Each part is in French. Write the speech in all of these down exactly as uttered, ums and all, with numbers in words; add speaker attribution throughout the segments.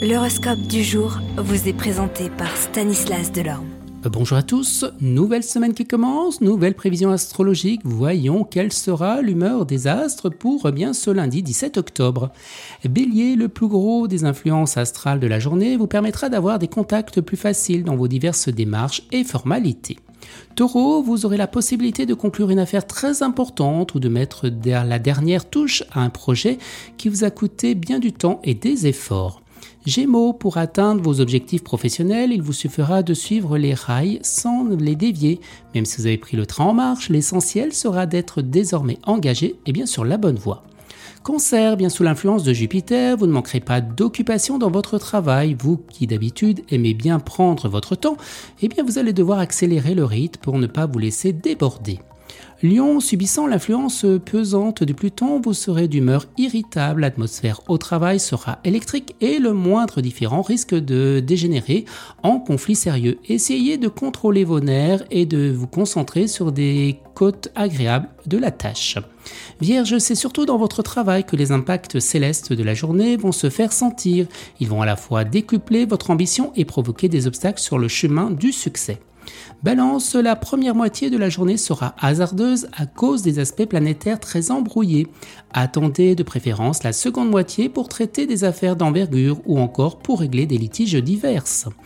Speaker 1: L'horoscope du jour vous est présenté par Stanislas Delorme.
Speaker 2: Bonjour à tous, nouvelle semaine qui commence, nouvelle prévision astrologique, voyons quelle sera l'humeur des astres pour eh bien, ce lundi dix-sept octobre. Bélier, le plus gros des influences astrales de la journée vous permettra d'avoir des contacts plus faciles dans vos diverses démarches et formalités. Taureau, vous aurez la possibilité de conclure une affaire très importante ou de mettre la dernière touche à un projet qui vous a coûté bien du temps et des efforts. Gémeaux, pour atteindre vos objectifs professionnels, il vous suffira de suivre les rails sans les dévier. Même si vous avez pris le train en marche, l'essentiel sera d'être désormais engagé et bien sur la bonne voie. Cancer, bien sous l'influence de Jupiter, vous ne manquerez pas d'occupation dans votre travail. Vous qui d'habitude aimez bien prendre votre temps, eh bien vous allez devoir accélérer le rythme pour ne pas vous laisser déborder. Lion, subissant l'influence pesante du Pluton, vous serez d'humeur irritable, l'atmosphère au travail sera électrique et le moindre différend risque de dégénérer en conflit sérieux. Essayez de contrôler vos nerfs et de vous concentrer sur des côtes agréables de la tâche. Vierge, c'est surtout dans votre travail que les impacts célestes de la journée vont se faire sentir. Ils vont à la fois décupler votre ambition et provoquer des obstacles sur le chemin du succès. Balance, la première moitié de la journée sera hasardeuse à cause des aspects planétaires très embrouillés. Attendez de préférence la seconde moitié pour traiter des affaires d'envergure ou encore pour régler des litiges divers.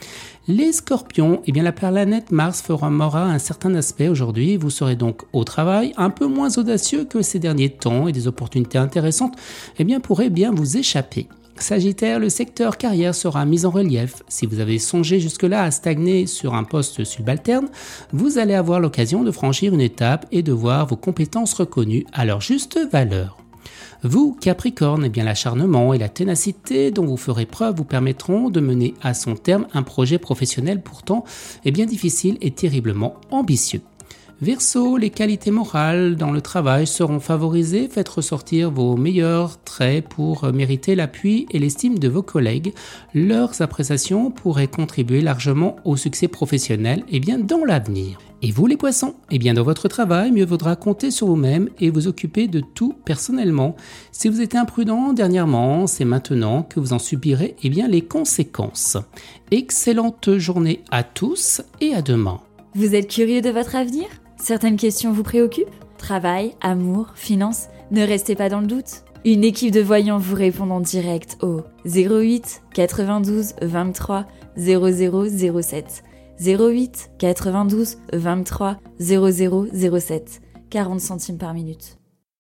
Speaker 2: Les Scorpions, eh bien la planète Mars fera un certain aspect aujourd'hui. Vous serez donc au travail un peu moins audacieux que ces derniers temps et des opportunités intéressantes eh bien, pourraient bien vous échapper. Sagittaire, le secteur carrière sera mis en relief. Si vous avez songé jusque-là à stagner sur un poste subalterne, vous allez avoir l'occasion de franchir une étape et de voir vos compétences reconnues à leur juste valeur. Vous, Capricorne, eh bien l'acharnement et la ténacité dont vous ferez preuve vous permettront de mener à son terme un projet professionnel pourtant eh bien difficile et terriblement ambitieux. Verseau, les qualités morales dans le travail seront favorisées. Faites ressortir vos meilleurs traits pour mériter l'appui et l'estime de vos collègues. Leurs appréciations pourraient contribuer largement au succès professionnel et bien dans l'avenir. Et vous les poissons, eh bien dans votre travail, mieux vaudra compter sur vous-même et vous occuper de tout personnellement. Si vous êtes imprudent dernièrement, c'est maintenant que vous en subirez eh bien les conséquences. Excellente journée à tous et à demain.
Speaker 3: Vous êtes curieux de votre avenir ? Certaines questions vous préoccupent ? Travail, amour, finances ? Ne restez pas dans le doute. Une équipe de voyants vous répond en direct au zéro huit quatre-vingt-douze vingt-trois zéro zéro zéro sept zéro huit quatre-vingt-douze vingt-trois zéro zéro zéro sept quarante centimes par minute.